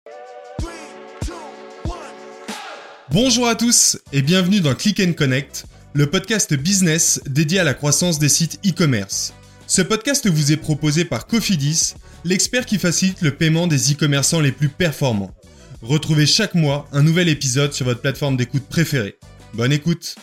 Bonjour à tous et bienvenue dans Click & Connect, le podcast business dédié à la croissance des sites e-commerce. Ce podcast vous est proposé par Cofidis, l'expert qui facilite le paiement des e-commerçants les plus performants. Retrouvez chaque mois un nouvel épisode sur votre plateforme d'écoute préférée. Bonne écoute!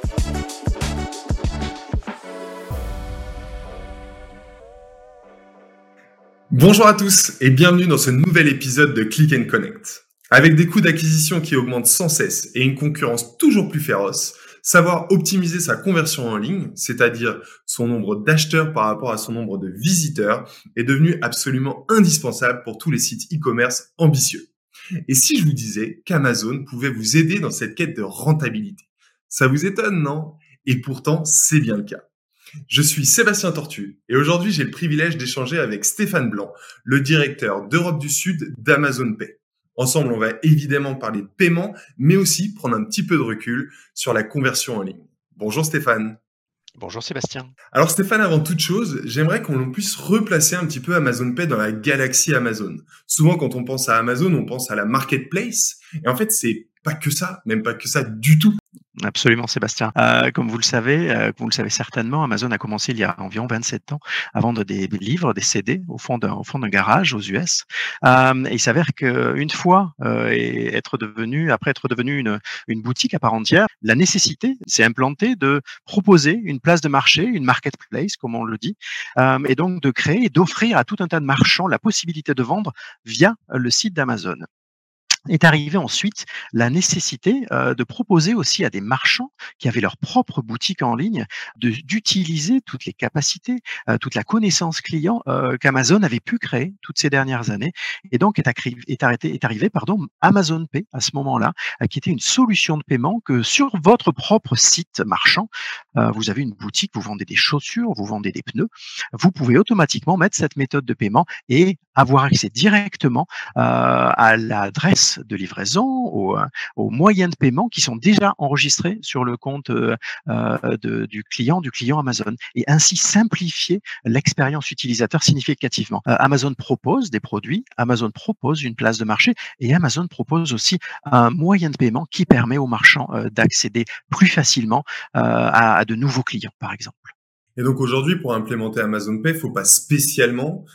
Bonjour à tous et bienvenue dans ce nouvel épisode de Click & Connect. Avec des coûts d'acquisition qui augmentent sans cesse et une concurrence toujours plus féroce, savoir optimiser sa conversion en ligne, c'est-à-dire son nombre d'acheteurs par rapport à son nombre de visiteurs, est devenu absolument indispensable pour tous les sites e-commerce ambitieux. Et si je vous disais qu'Amazon pouvait vous aider dans cette quête de rentabilité? Ça vous étonne, non? Et pourtant, c'est bien le cas. Je suis Sébastien Tortue et aujourd'hui, j'ai le privilège d'échanger avec Stéphane Blanc, le directeur d'Europe du Sud d'Amazon Pay. Ensemble, on va évidemment parler de paiement, mais aussi prendre un petit peu de recul sur la conversion en ligne. Bonjour Stéphane. Bonjour Sébastien. Alors Stéphane, avant toute chose, j'aimerais qu'on puisse replacer un petit peu Amazon Pay dans la galaxie Amazon. Souvent, quand on pense à Amazon, on pense à la marketplace. Et en fait, c'est pas que ça, même pas que ça du tout. Absolument Sébastien. Comme vous le savez certainement, Amazon a commencé il y a environ 27 ans à vendre des livres, des CD au fond d'un garage aux US. Et il s'avère qu'une fois être devenu une boutique à part entière, la nécessité s'est implantée de proposer une place de marché, une marketplace comme on le dit, et donc de créer et d'offrir à tout un tas de marchands la possibilité de vendre via le site d'Amazon. Est arrivée ensuite la nécessité de proposer aussi à des marchands qui avaient leur propre boutique en ligne d'utiliser toutes les capacités, toute la connaissance client qu'Amazon avait pu créer toutes ces dernières années. Et donc est arrivé Amazon Pay à ce moment-là, qui était une solution de paiement que sur votre propre site marchand, vous avez une boutique, vous vendez des chaussures, vous vendez des pneus, vous pouvez automatiquement mettre cette méthode de paiement et avoir accès directement à l'adresse de livraison, aux moyens de paiement qui sont déjà enregistrés sur le compte du client Amazon, et ainsi simplifier l'expérience utilisateur significativement. Amazon propose des produits, Amazon propose une place de marché et Amazon propose aussi un moyen de paiement qui permet aux marchands d'accéder plus facilement à de nouveaux clients, par exemple. Et donc aujourd'hui, pour implémenter Amazon Pay, il ne faut pas spécialement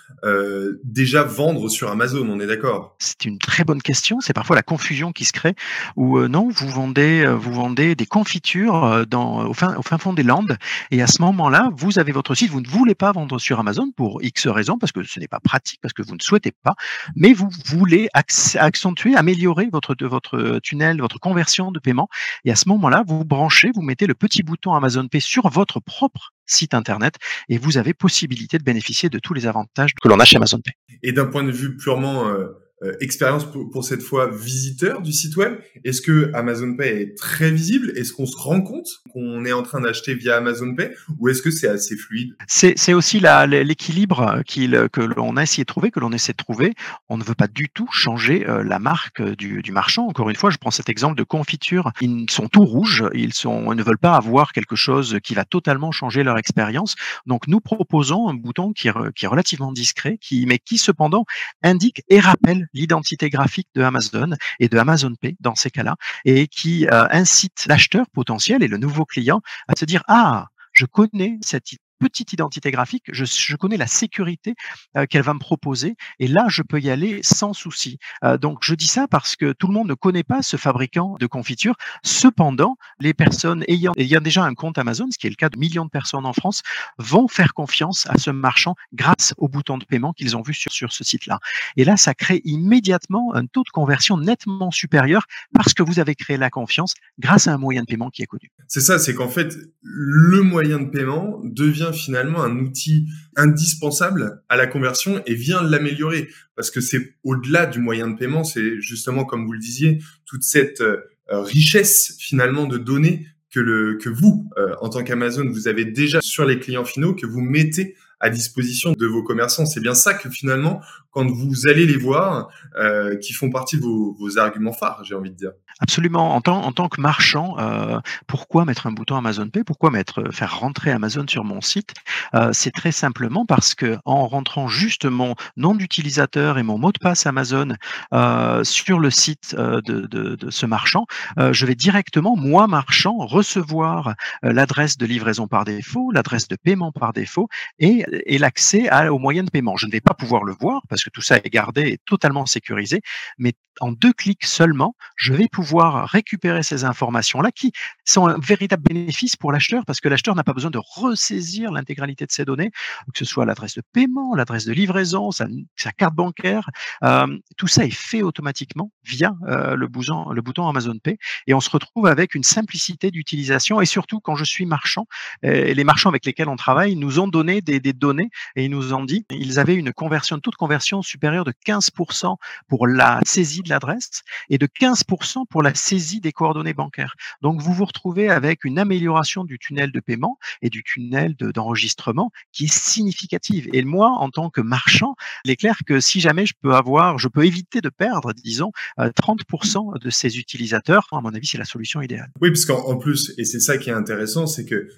déjà vendre sur Amazon, on est d'accord? C'est une très bonne question. C'est parfois la confusion qui se crée où non, vous vendez des confitures au fin fond des Landes, et à ce moment-là, vous avez votre site, vous ne voulez pas vendre sur Amazon pour X raisons, parce que ce n'est pas pratique, parce que vous ne souhaitez pas, mais vous voulez accentuer, améliorer votre tunnel, votre conversion de paiement, et à ce moment-là, vous mettez le petit bouton Amazon Pay sur votre propre site internet et vous avez possibilité de bénéficier de tous les avantages que l'on a chez Amazon Pay. Et d'un point de vue purement expérience pour cette fois visiteur du site web, est-ce que Amazon Pay est très visible? Est-ce qu'on se rend compte qu'on est en train d'acheter via Amazon Pay, ou est-ce que c'est assez fluide? C'est aussi l'équilibre que l'on a essayé de trouver, que l'on essaie de trouver. On ne veut pas du tout changer la marque du marchand. Encore une fois, je prends cet exemple de confiture. Ils sont tout rouges, ils ne veulent pas avoir quelque chose qui va totalement changer leur expérience. Donc nous proposons un bouton qui est relativement discret, mais qui cependant indique et rappelle l'identité graphique de Amazon et de Amazon Pay dans ces cas-là, et qui incite l'acheteur potentiel et le nouveau client à se dire: ah, je connais cette petite identité graphique, je connais la sécurité qu'elle va me proposer, et là je peux y aller sans souci. Donc je dis ça parce que tout le monde ne connaît pas ce fabricant de confitures. Cependant, les personnes ayant déjà un compte Amazon, ce qui est le cas de millions de personnes en France, vont faire confiance à ce marchand grâce au bouton de paiement qu'ils ont vu sur ce site-là. Et là, ça crée immédiatement un taux de conversion nettement supérieur parce que vous avez créé la confiance grâce à un moyen de paiement qui est connu. C'est ça, c'est qu'en fait, le moyen de paiement devient finalement un outil indispensable à la conversion et vient l'améliorer. Parce que c'est au-delà du moyen de paiement, c'est justement, comme vous le disiez, toute cette richesse finalement de données que vous, en tant qu'Amazon, vous avez déjà sur les clients finaux, que vous mettez à disposition de vos commerçants. C'est bien ça que finalement, quand vous allez les voir, qui font partie de vos arguments phares, j'ai envie de dire. Absolument. En tant que marchand, pourquoi mettre un bouton Amazon Pay? Pourquoi faire rentrer Amazon sur mon site? C'est très simplement parce qu'en rentrant juste mon nom d'utilisateur et mon mot de passe Amazon, sur le site, de ce marchand, je vais directement, moi marchand, recevoir, l'adresse de livraison par défaut, l'adresse de paiement par défaut et l'accès aux moyens de paiement. Je ne vais pas pouvoir le voir parce que tout ça est gardé et totalement sécurisé, mais en 2 clics seulement, je vais pouvoir récupérer ces informations-là qui sont un véritable bénéfice pour l'acheteur parce que l'acheteur n'a pas besoin de ressaisir l'intégralité de ses données, que ce soit l'adresse de paiement, l'adresse de livraison, sa carte bancaire. Tout ça est fait automatiquement via le bouton Amazon Pay et on se retrouve avec une simplicité d'utilisation et surtout quand je suis marchand, les marchands avec lesquels on travaille nous ont donné des données et ils nous ont dit ils avaient une taux de conversion supérieur de 15% pour la saisie de l'adresse et de 15% pour la saisie des coordonnées bancaires. Donc, vous vous retrouvez avec une amélioration du tunnel de paiement et du tunnel d'enregistrement qui est significative. Et moi, en tant que marchand, il est clair que si jamais je peux éviter de perdre, disons, 30% de ces utilisateurs, à mon avis, c'est la solution idéale. Oui, parce qu'en plus, et c'est ça qui est intéressant, c'est que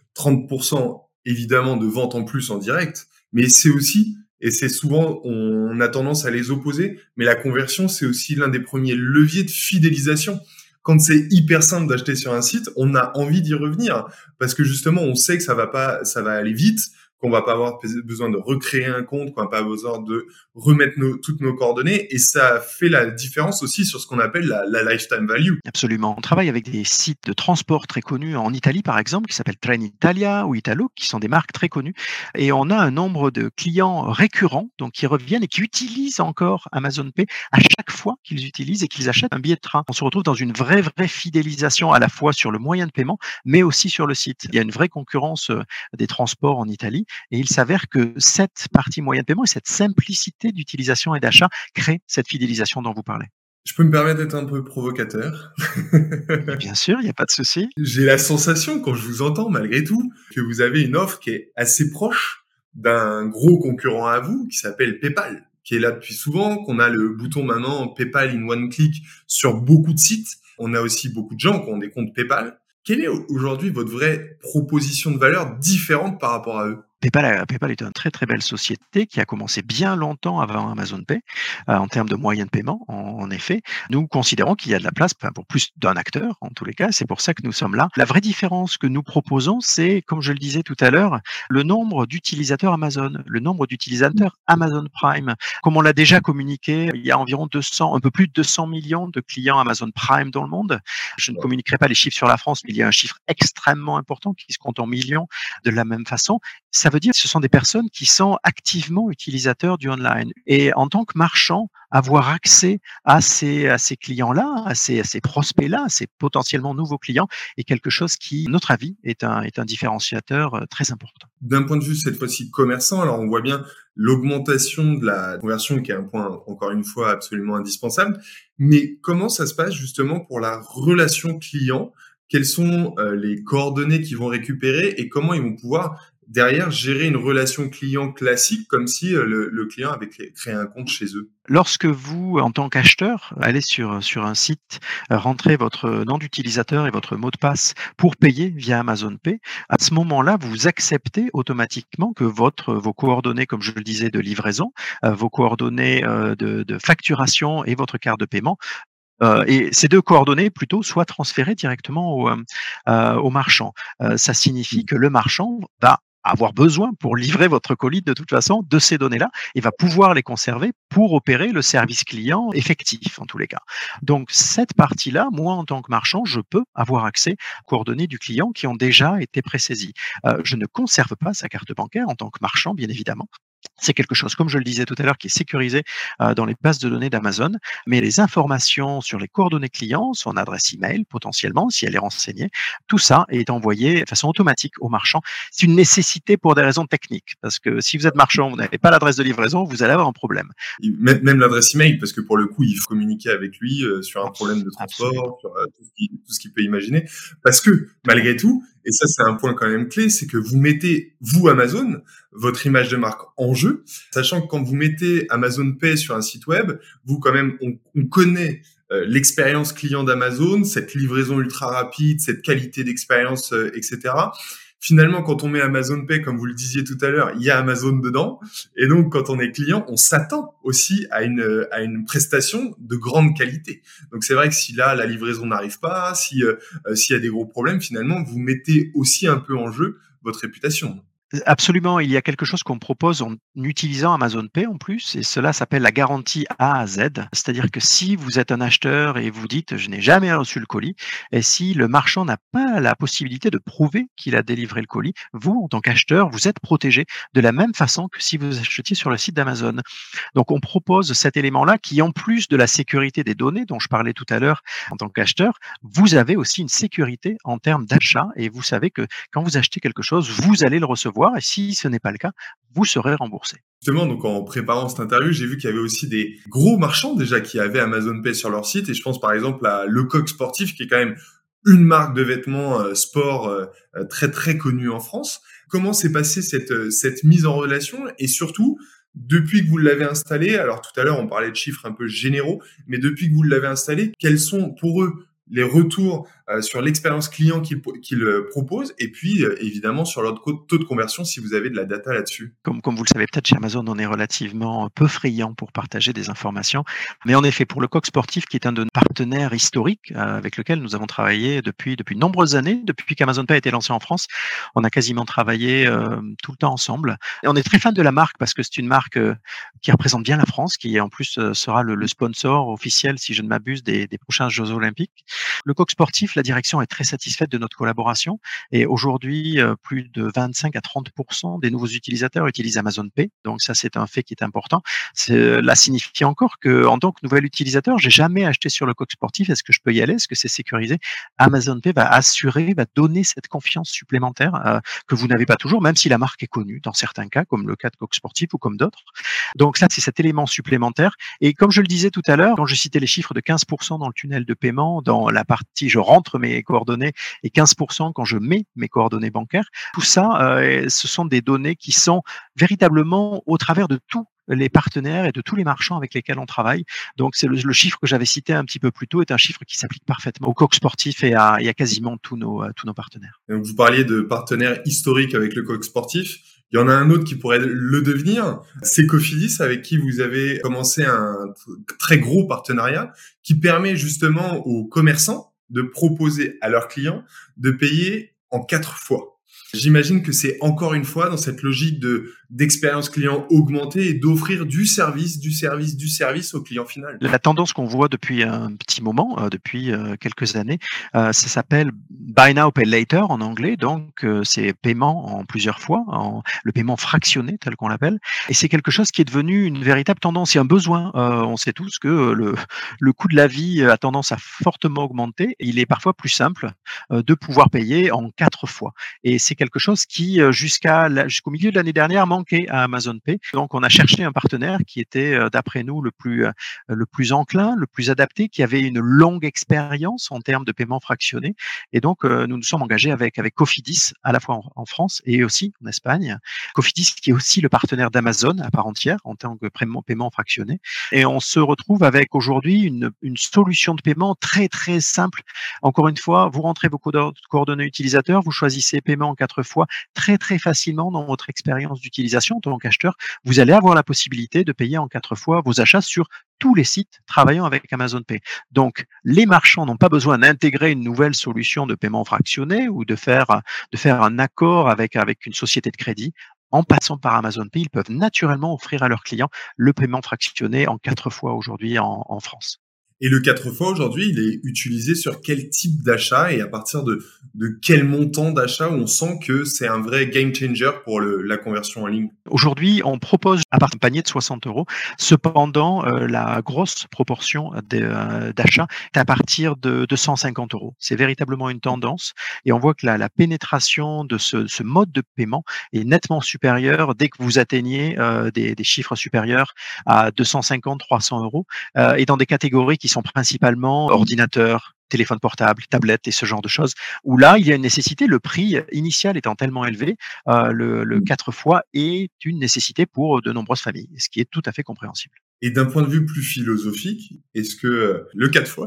30% évidemment de ventes en plus en direct, mais c'est aussi, et c'est souvent, on a tendance à les opposer, mais la conversion, c'est aussi l'un des premiers leviers de fidélisation. Quand c'est hyper simple d'acheter sur un site, on a envie d'y revenir parce que justement, on sait que ça va aller vite, qu'on va pas avoir besoin de recréer un compte, qu'on va pas avoir besoin de remettre toutes nos coordonnées, et ça fait la différence aussi sur ce qu'on appelle la lifetime value. Absolument. On travaille avec des sites de transport très connus en Italie, par exemple, qui s'appellent Trenitalia ou Italo, qui sont des marques très connues. Et on a un nombre de clients récurrents, donc qui reviennent et qui utilisent encore Amazon Pay à chaque fois qu'ils utilisent et qu'ils achètent un billet de train. On se retrouve dans une vraie fidélisation à la fois sur le moyen de paiement, mais aussi sur le site. Il y a une vraie concurrence des transports en Italie et il s'avère que cette partie moyen de paiement et cette simplicité d'utilisation et d'achat crée cette fidélisation dont vous parlez. Je peux me permettre d'être un peu provocateur. Mais bien sûr, il n'y a pas de souci. J'ai la sensation, quand je vous entends, malgré tout, que vous avez une offre qui est assez proche d'un gros concurrent à vous qui s'appelle PayPal, qui est là depuis souvent, qu'on a le bouton maintenant PayPal in one click sur beaucoup de sites. On a aussi beaucoup de gens qui ont des comptes PayPal. Quelle est aujourd'hui votre vraie proposition de valeur différente par rapport à eux? PayPal est une très, très belle société qui a commencé bien longtemps avant Amazon Pay, en termes de moyens de paiement, en effet. Nous considérons qu'il y a de la place, pour plus d'un acteur, en tous les cas. C'est pour ça que nous sommes là. La vraie différence que nous proposons, c'est, comme je le disais tout à l'heure, le nombre d'utilisateurs Amazon, le nombre d'utilisateurs Amazon Prime. Comme on l'a déjà communiqué, il y a environ un peu plus de 200 millions de clients Amazon Prime dans le monde. Je ne communiquerai pas les chiffres sur la France, mais il y a un chiffre extrêmement important qui se compte en millions de la même façon. Ça veut dire que ce sont des personnes qui sont activement utilisateurs du online. Et en tant que marchand, avoir accès à ces clients-là, à ces prospects-là, à ces potentiellement nouveaux clients, est quelque chose qui, à notre avis, est un différenciateur très important. D'un point de vue, cette fois-ci, commerçant, alors on voit bien l'augmentation de la conversion qui est un point, encore une fois, absolument indispensable. Mais comment ça se passe justement pour la relation client? Quelles sont les coordonnées qu'ils vont récupérer et comment ils vont pouvoir derrière gérer une relation client classique comme si le client avait créé un compte chez eux? Lorsque vous, en tant qu'acheteur, allez sur un site, rentrez votre nom d'utilisateur et votre mot de passe pour payer via Amazon Pay, à ce moment-là, vous acceptez automatiquement que vos coordonnées, comme je le disais, de livraison, vos coordonnées de facturation et votre carte de paiement, et ces 2 coordonnées plutôt soient transférées directement au marchand. Ça signifie que le marchand va avoir besoin pour livrer votre colis de toute façon de ces données-là et va pouvoir les conserver pour opérer le service client effectif en tous les cas. Donc cette partie-là, moi en tant que marchand, je peux avoir accès aux coordonnées du client qui ont déjà été présaisies. Je ne conserve pas sa carte bancaire en tant que marchand, bien évidemment. C'est quelque chose, comme je le disais tout à l'heure, qui est sécurisé dans les bases de données d'Amazon, mais les informations sur les coordonnées clients, son adresse email potentiellement, si elle est renseignée, tout ça est envoyé de façon automatique au marchand. C'est une nécessité pour des raisons techniques, parce que si vous êtes marchand, vous n'avez pas l'adresse de livraison, vous allez avoir un problème. Même l'adresse email, parce que pour le coup, il faut communiquer avec lui sur un problème de transport, Absolument. sur tout ce qu'il peut imaginer. Parce que malgré tout, et ça c'est un point quand même clé, c'est que vous mettez, vous Amazon, votre image de marque en jeu, sachant que quand vous mettez Amazon Pay sur un site web, vous quand même, on connaît l'expérience client d'Amazon, cette livraison ultra rapide, cette qualité d'expérience, etc. Finalement, quand on met Amazon Pay, comme vous le disiez tout à l'heure, il y a Amazon dedans. Et donc, quand on est client, on s'attend aussi à une prestation de grande qualité. Donc, c'est vrai que si là, la livraison n'arrive pas, s'il y a des gros problèmes, finalement, vous mettez aussi un peu en jeu votre réputation. Absolument, il y a quelque chose qu'on propose en utilisant Amazon Pay en plus, et cela s'appelle la garantie A à Z. C'est-à-dire que si vous êtes un acheteur et vous dites je n'ai jamais reçu le colis, et si le marchand n'a pas la possibilité de prouver qu'il a délivré le colis, vous, en tant qu'acheteur, vous êtes protégé de la même façon que si vous achetiez sur le site d'Amazon. Donc on propose cet élément-là qui, en plus de la sécurité des données dont je parlais tout à l'heure en tant qu'acheteur, vous avez aussi une sécurité en termes d'achat, et vous savez que quand vous achetez quelque chose, vous allez le recevoir, et si ce n'est pas le cas, vous serez remboursé. Justement, donc en préparant cette interview, j'ai vu qu'il y avait aussi des gros marchands déjà qui avaient Amazon Pay sur leur site, et je pense par exemple à Lecoq Sportif, qui est quand même une marque de vêtements sport très très connue en France. Comment s'est passée cette mise en relation, et surtout depuis que vous l'avez installé, alors tout à l'heure on parlait de chiffres un peu généraux, mais depuis que vous l'avez installé, quels sont pour eux les retours sur l'expérience client qu'ils proposent, et puis évidemment sur leur taux de conversion si vous avez de la data là-dessus. Comme vous le savez peut-être, chez Amazon, on est relativement peu friand pour partager des informations. Mais en effet, pour Lecoq Sportif, qui est un de nos partenaires historiques avec lequel nous avons travaillé depuis de nombreuses années, depuis qu'Amazon Pay a été lancé en France, on a quasiment travaillé tout le temps ensemble. Et on est très fan de la marque parce que c'est une marque qui représente bien la France, qui en plus sera le sponsor officiel, si je ne m'abuse, des prochains Jeux Olympiques. Lecoq Sportif, la direction est très satisfaite de notre collaboration, et aujourd'hui, plus de 25 à 30% des nouveaux utilisateurs utilisent Amazon Pay. Donc ça, c'est un fait qui est important. Cela signifie encore que, en tant que nouvel utilisateur, j'ai jamais acheté sur Lecoq Sportif. Est-ce que je peux y aller? Est-ce que c'est sécurisé? Amazon Pay va assurer, va donner cette confiance supplémentaire que vous n'avez pas toujours, même si la marque est connue dans certains cas, comme le cas de Lecoq Sportif ou comme d'autres. Donc ça, c'est cet élément supplémentaire. Et comme je le disais tout à l'heure, quand je citais les chiffres de 15% dans le tunnel de paiement, dans la partie je rentre mes coordonnées, et 15% quand je mets mes coordonnées bancaires, tout ça, ce sont des données qui sont véritablement au travers de tous les partenaires et de tous les marchands avec lesquels on travaille. Donc c'est le chiffre que j'avais cité un petit peu plus tôt est un chiffre qui s'applique parfaitement au Lecoq Sportif et à quasiment tous nos partenaires. Donc vous parliez de partenaires historiques avec le Lecoq Sportif. Il y en a un autre qui pourrait le devenir, c'est Cofidis, avec qui vous avez commencé un très gros partenariat qui permet justement aux commerçants de proposer à leurs clients de payer en 4 fois. J'imagine que c'est encore une fois dans cette logique d'expérience client augmentée et d'offrir du service au client final. La tendance qu'on voit depuis un petit moment, depuis quelques années, ça s'appelle Buy Now, Pay Later en anglais. Donc, c'est paiement en plusieurs fois, le paiement fractionné tel qu'on l'appelle. Et c'est quelque chose qui est devenu une véritable tendance et un besoin. On sait tous que le coût de la vie a tendance à fortement augmenter. Et il est parfois plus simple de pouvoir payer en 4 fois. Et c'est quelque chose qui, jusqu'au milieu de l'année dernière, manquait à Amazon Pay. Donc, on a cherché un partenaire qui était, d'après nous, le plus enclin, le plus adapté, qui avait une longue expérience en termes de paiement fractionné. Et donc, nous nous sommes engagés avec Cofidis, à la fois en France et aussi en Espagne. Cofidis, qui est aussi le partenaire d'Amazon à part entière en tant que paiement fractionné. Et on se retrouve avec aujourd'hui une solution de paiement très, très simple. Encore une fois, vous rentrez vos coordonnées utilisateurs, vous choisissez paiement en 4 fois très, très facilement dans votre expérience d'utilisation en tant qu'acheteur. Vous allez avoir la possibilité de payer en 4 fois vos achats sur tous les sites travaillant avec Amazon Pay. Donc, les marchands n'ont pas besoin d'intégrer une nouvelle solution de paiement fractionné ou de faire un accord avec une société de crédit. En passant par Amazon Pay, ils peuvent naturellement offrir à leurs clients le paiement fractionné en 4 fois aujourd'hui en France. Et le 4 fois aujourd'hui, il est utilisé sur quel type d'achat et à partir de quel montant d'achat où on sent que c'est un vrai game changer pour la conversion en ligne? Aujourd'hui, on propose à partir d'un panier de 60 €. Cependant, la grosse proportion d'achats est à partir de 150 €. C'est véritablement une tendance et on voit que la pénétration de ce mode de paiement est nettement supérieure dès que vous atteignez des chiffres supérieurs à 250-300 € et dans des catégories qui sont principalement ordinateurs, téléphone portable, tablette et ce genre de choses, où là, il y a une nécessité, le prix initial étant tellement élevé, le 4 fois est une nécessité pour de nombreuses familles, ce qui est tout à fait compréhensible. Et d'un point de vue plus philosophique, est-ce que le 4 fois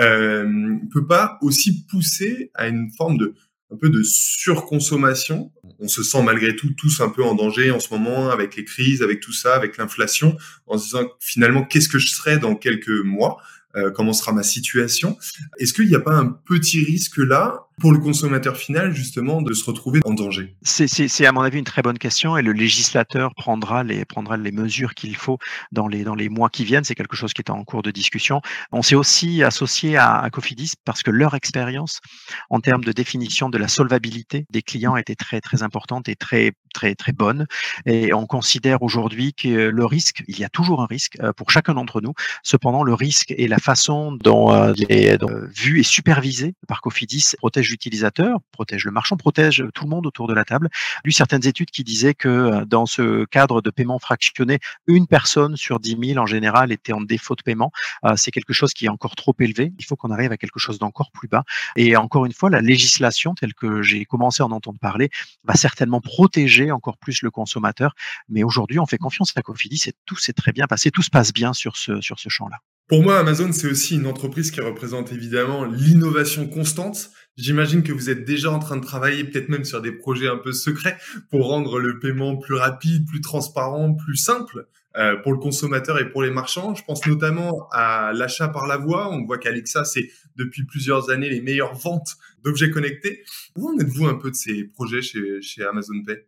peut pas aussi pousser à une forme de un peu de surconsommation? On se sent malgré tout tous un peu en danger en ce moment avec les crises, avec tout ça, avec l'inflation, en se disant finalement qu'est-ce que je serai dans quelques mois, comment sera ma situation? Est-ce qu'il n'y a pas un petit risque là pour le consommateur final justement de se retrouver en danger? C'est à mon avis une très bonne question et le législateur prendra les mesures qu'il faut dans les mois qui viennent. C'est quelque chose qui est en cours de discussion. On s'est aussi associé à Cofidis parce que leur expérience en termes de définition de la solvabilité des clients était très, très importante et très, très, très bonne. Et on considère aujourd'hui que le risque, il y a toujours un risque pour chacun d'entre nous. Cependant, le risque et la façon dont vu et supervisé par Cofidis protège l'utilisateur, protège le marchand, protège tout le monde autour de la table. Lu certaines études qui disaient que dans ce cadre de paiement fractionné, une personne sur 10 000 en général était en défaut de paiement. C'est quelque chose qui est encore trop élevé. Il faut qu'on arrive à quelque chose d'encore plus bas. Et encore une fois, la législation telle que j'ai commencé à en entendre parler va certainement protéger encore plus le consommateur. Mais aujourd'hui, on fait confiance à Cofidis et tout s'est très bien passé. Tout se passe bien sur ce champ-là. Pour moi, Amazon, c'est aussi une entreprise qui représente évidemment l'innovation constante. J'imagine que vous êtes déjà en train de travailler peut-être même sur des projets un peu secrets pour rendre le paiement plus rapide, plus transparent, plus simple pour le consommateur et pour les marchands. Je pense notamment à l'achat par la voix. On voit qu'Alexa, c'est depuis plusieurs années les meilleures ventes d'objets connectés. Où en êtes-vous un peu de ces projets chez Amazon Pay?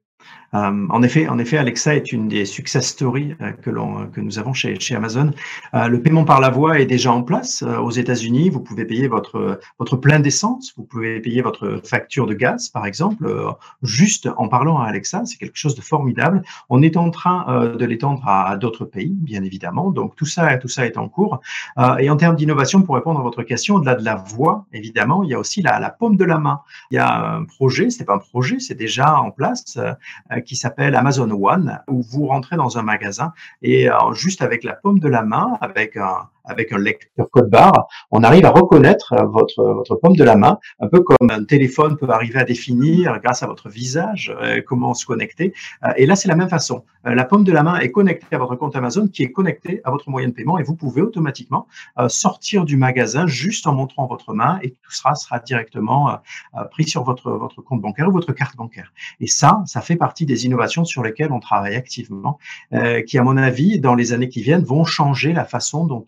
En effet, Alexa est une des success stories que nous avons chez Amazon. Le paiement par la voix est déjà en place aux États-Unis. Vous pouvez payer votre plein d'essence, vous pouvez payer votre facture de gaz, par exemple, juste en parlant à Alexa. C'est quelque chose de formidable. On est en train de l'étendre à d'autres pays, bien évidemment. Donc tout ça est en cours. Et en termes d'innovation, pour répondre à votre question, au-delà de la voix, évidemment, il y a aussi la paume de la main. Il y a un projet, c'est pas un projet, c'est déjà en place. Qui s'appelle Amazon One, où vous rentrez dans un magasin et juste avec la paume de la main, avec un lecteur code barre, on arrive à reconnaître votre paume de la main, un peu comme un téléphone peut arriver à définir grâce à votre visage comment se connecter. Et là, c'est la même façon. La paume de la main est connectée à votre compte Amazon qui est connecté à votre moyen de paiement et vous pouvez automatiquement sortir du magasin juste en montrant votre main et tout sera directement pris sur votre compte bancaire ou votre carte bancaire. Et ça fait partie des innovations sur lesquelles on travaille activement, qui, à mon avis, dans les années qui viennent, vont changer la façon dont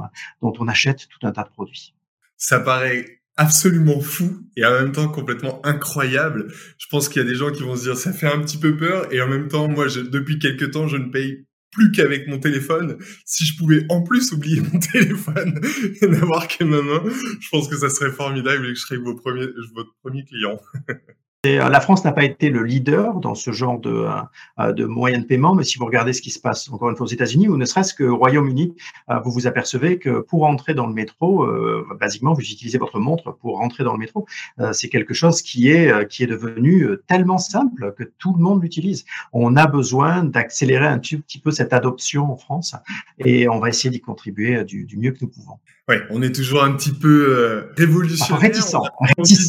on achète tout un tas de produits. Ça paraît absolument fou et en même temps complètement incroyable. Je pense qu'il y a des gens qui vont se dire ça fait un petit peu peur et en même temps, moi, depuis quelques temps, je ne paye plus qu'avec mon téléphone. Si je pouvais en plus oublier mon téléphone et n'avoir que ma main, je pense que ça serait formidable et que je serais votre premier client. La France n'a pas été le leader dans ce genre de moyens de paiement, mais si vous regardez ce qui se passe encore une fois aux États-Unis ou ne serait-ce qu'au Royaume-Uni, vous vous apercevez que pour rentrer dans le métro, basiquement, vous utilisez votre montre pour rentrer dans le métro. C'est quelque chose qui est devenu tellement simple que tout le monde l'utilise. On a besoin d'accélérer un petit peu cette adoption en France et on va essayer d'y contribuer du mieux que nous pouvons. Ouais, on est toujours un petit peu révolutionnaire. Réticent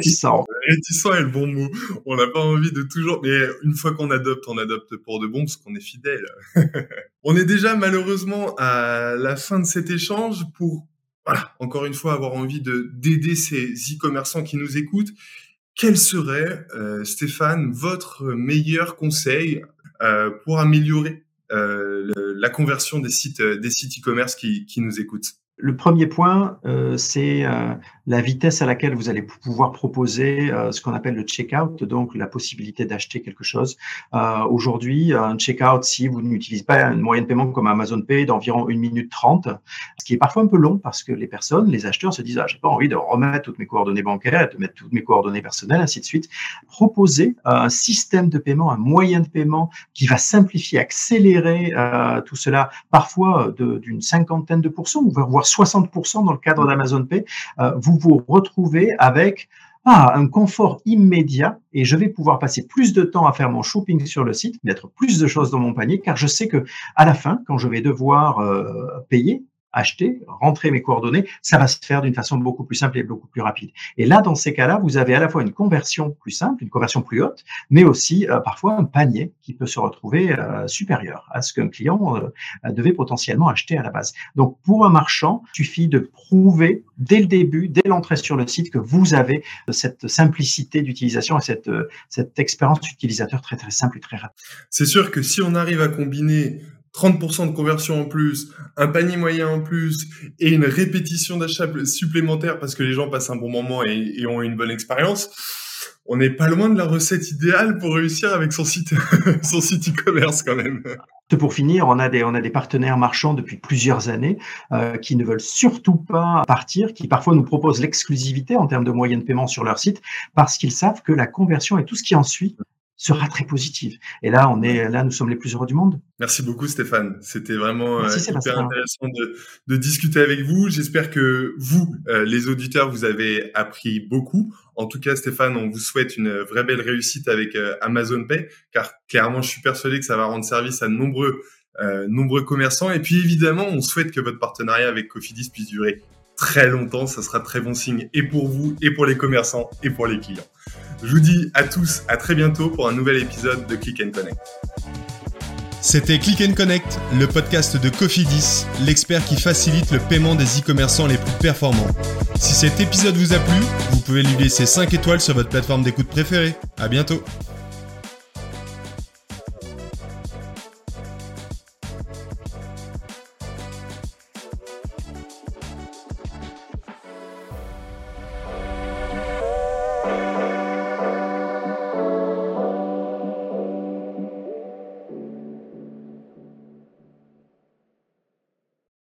est le bon mot. On n'a pas envie de toujours, mais une fois qu'on adopte, on adopte pour de bon parce qu'on est fidèle. On est déjà malheureusement à la fin de cet échange pour, voilà, encore une fois avoir envie d'aider ces e-commerçants qui nous écoutent. Quel serait, Stéphane, votre meilleur conseil pour améliorer la conversion des sites e-commerce qui nous écoutent? Le premier point, c'est la vitesse à laquelle vous allez pouvoir proposer ce qu'on appelle le checkout, donc la possibilité d'acheter quelque chose. Aujourd'hui, un checkout, si vous n'utilisez pas un moyen de paiement comme Amazon Pay, d'environ 1 minute 30, ce qui est parfois un peu long parce que les acheteurs se disent « Ah, j'ai pas envie de remettre toutes mes coordonnées bancaires, de mettre toutes mes coordonnées personnelles, ainsi de suite ». Proposer un système de paiement, un moyen de paiement qui va simplifier, accélérer tout cela, parfois d'une cinquantaine de pourcents, voire 60% dans le cadre d'Amazon Pay, vous vous retrouvez avec un confort immédiat et je vais pouvoir passer plus de temps à faire mon shopping sur le site, mettre plus de choses dans mon panier, car je sais que à la fin, quand je vais devoir payer, acheter, rentrer mes coordonnées, ça va se faire d'une façon beaucoup plus simple et beaucoup plus rapide. Et là, dans ces cas-là, vous avez à la fois une conversion plus simple, une conversion plus haute, mais aussi parfois un panier qui peut se retrouver supérieur à ce qu'un client devait potentiellement acheter à la base. Donc, pour un marchand, il suffit de prouver dès le début, dès l'entrée sur le site, que vous avez cette simplicité d'utilisation et cette expérience utilisateur très, très simple et très rapide. C'est sûr que si on arrive à combiner 30% de conversion en plus, un panier moyen en plus et une répétition d'achat supplémentaire parce que les gens passent un bon moment et ont une bonne expérience, on n'est pas loin de la recette idéale pour réussir avec son site e-commerce quand même. Pour finir, on a des partenaires marchands depuis plusieurs années qui ne veulent surtout pas partir, qui parfois nous proposent l'exclusivité en termes de moyens de paiement sur leur site parce qu'ils savent que la conversion et tout ce qui en suit sera très positive. Et là, nous sommes les plus heureux du monde. Merci beaucoup, Stéphane. C'était vraiment hyper intéressant de discuter avec vous. J'espère que vous, les auditeurs, vous avez appris beaucoup. En tout cas, Stéphane, on vous souhaite une vraie belle réussite avec Amazon Pay, car clairement, je suis persuadé que ça va rendre service à de nombreux commerçants. Et puis, évidemment, on souhaite que votre partenariat avec Cofidis puisse durer très longtemps. Ça sera très bon signe et pour vous, et pour les commerçants, et pour les clients. Je vous dis à tous, à très bientôt pour un nouvel épisode de Click & Connect. C'était Click & Connect, le podcast de Cofidis, l'expert qui facilite le paiement des e-commerçants les plus performants. Si cet épisode vous a plu, vous pouvez lui laisser 5 étoiles sur votre plateforme d'écoute préférée. À bientôt.